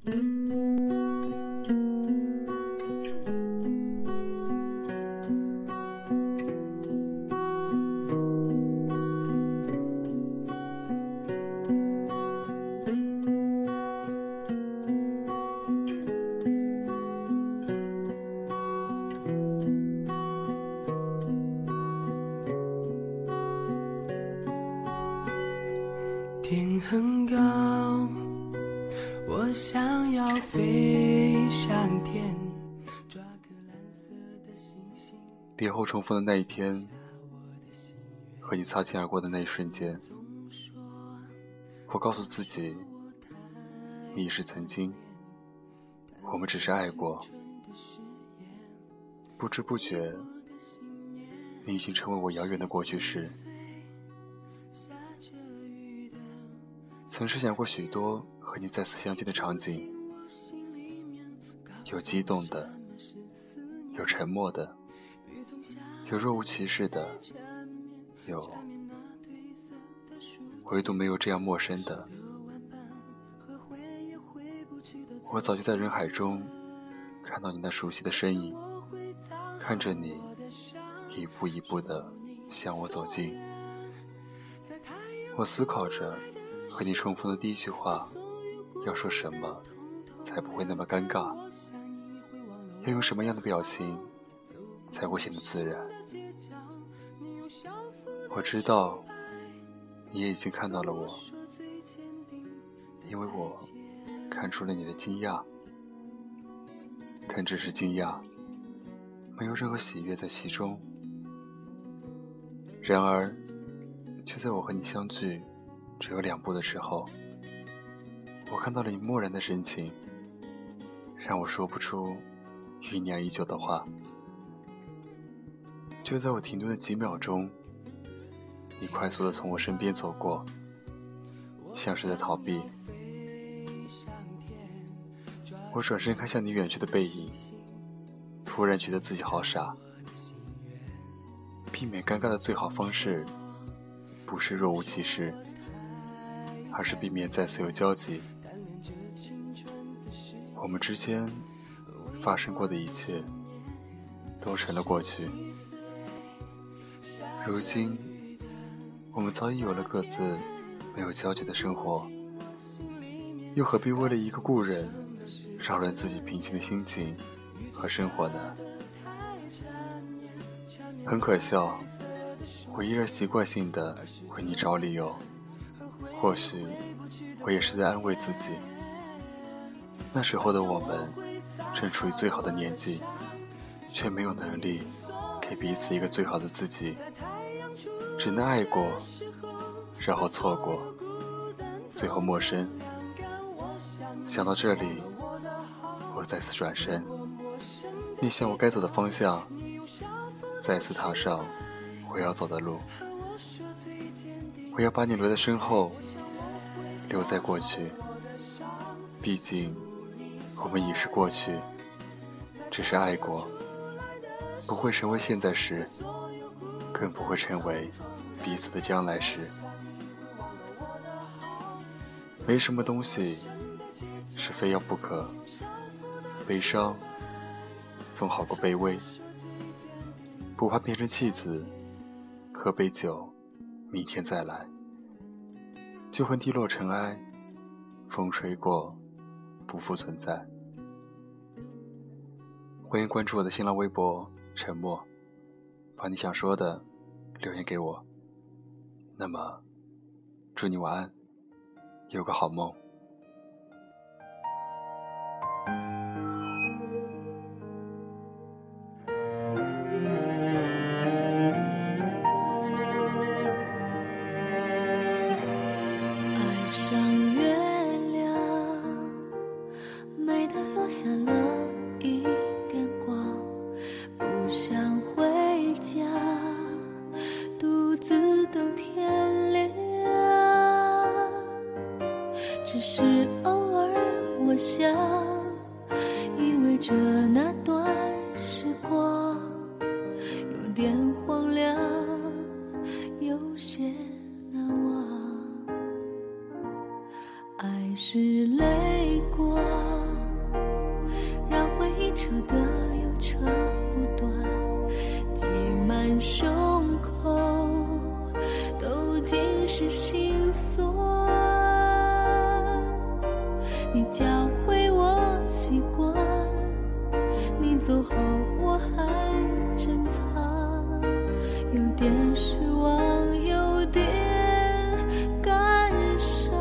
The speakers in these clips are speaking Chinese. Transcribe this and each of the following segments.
天很高，我想要飞上天，抓颗蓝色的星星。 毕业后重逢的那一天，和你擦肩而过的那一瞬间，我告诉自己，你已是曾经，我们只是爱过。不知不觉，你已经成为我遥远的过去式。曾设想过许多和你再次相见的场景，有激动的，有沉默的，有若无其事的，有唯独没有这样陌生的。我早就在人海中看到你那熟悉的身影，看着你一步一步地向我走近。我思考着和你重逢的第一句话要说什么才不会那么尴尬，要用什么样的表情才会显得自然。我知道你也已经看到了我，因为我看出了你的惊讶，但只是惊讶，没有任何喜悦在其中。然而却在我和你相距只有2步的时候，我看到了你漠然的神情，让我说不出酝酿已久的话。就在我停顿的几秒钟，你快速地从我身边走过，像是在逃避。我转身看向你远去的背影，突然觉得自己好傻。避免尴尬的最好方式不是若无其事，而是避免再次有交集。我们之间发生过的一切都成了过去。如今我们早已有了各自没有交集的生活，又何必为了一个故人扰乱自己平静的心情和生活呢？很可笑，我依然习惯性的为你找理由，或许我也是在安慰自己。那时候的我们正处于最好的年纪，却没有能力给彼此一个最好的自己，只能爱过，然后错过，最后陌生。想到这里，我再次转身，逆向我该走的方向，再次踏上我要走的路。我要把你留在身后，留在过去，毕竟我们已是过去，只是爱过，不会成为现在时，更不会成为彼此的将来时。没什么东西是非要不可，悲伤总好过卑微，不怕变成弃子，喝杯酒，明天再来。就恨地落尘埃，风吹过，不复存在。欢迎关注我的新浪微博沉默，把你想说的留言给我。那么祝你晚安，有个好梦。 爱上月亮，美得落下了一点光，不想回家，独自等天亮。只是偶尔我想，依偎着那段时光，有点荒凉，有些难忘。爱是泪光， 扯的又扯不断，挤满胸口都尽是心酸。你教会我习惯，你走后我还珍藏，有点失望，有点感伤。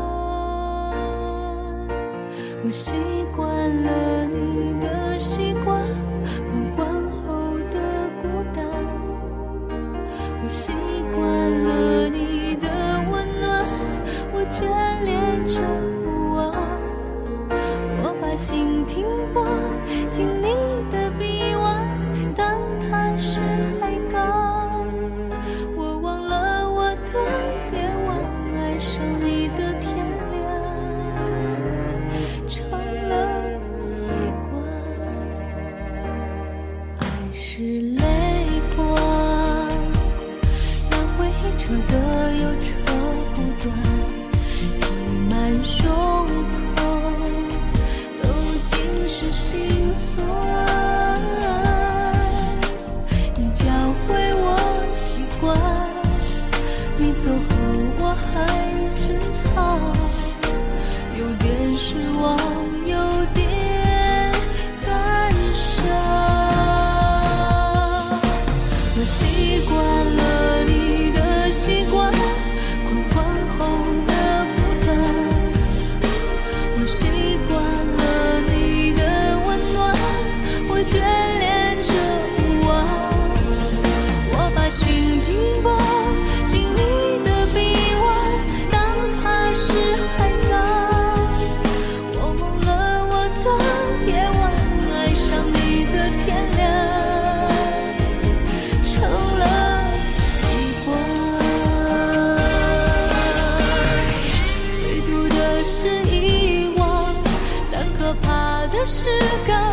我习惯了你的习惯，狂欢后的孤单，我习惯了你的温暖，我眷恋着不忘。我把心停泊进你的臂弯，当它是海港。我忘了我的夜晚，爱上你的天亮，成了习惯。爱是泪光，来回扯的又扯不断，挤满胸口都尽是心酸。你教会我习惯，你走后我还珍藏，有点失望，有点感伤。我习惯了你的习惯，狂欢后的孤单，我习惯了你的温暖，我眷恋着不忘。我把心停泊进你的臂弯，当它是海港。我忘了我的夜晚，爱上你的天亮，成了习惯。最毒的是遗忘，但可怕的是感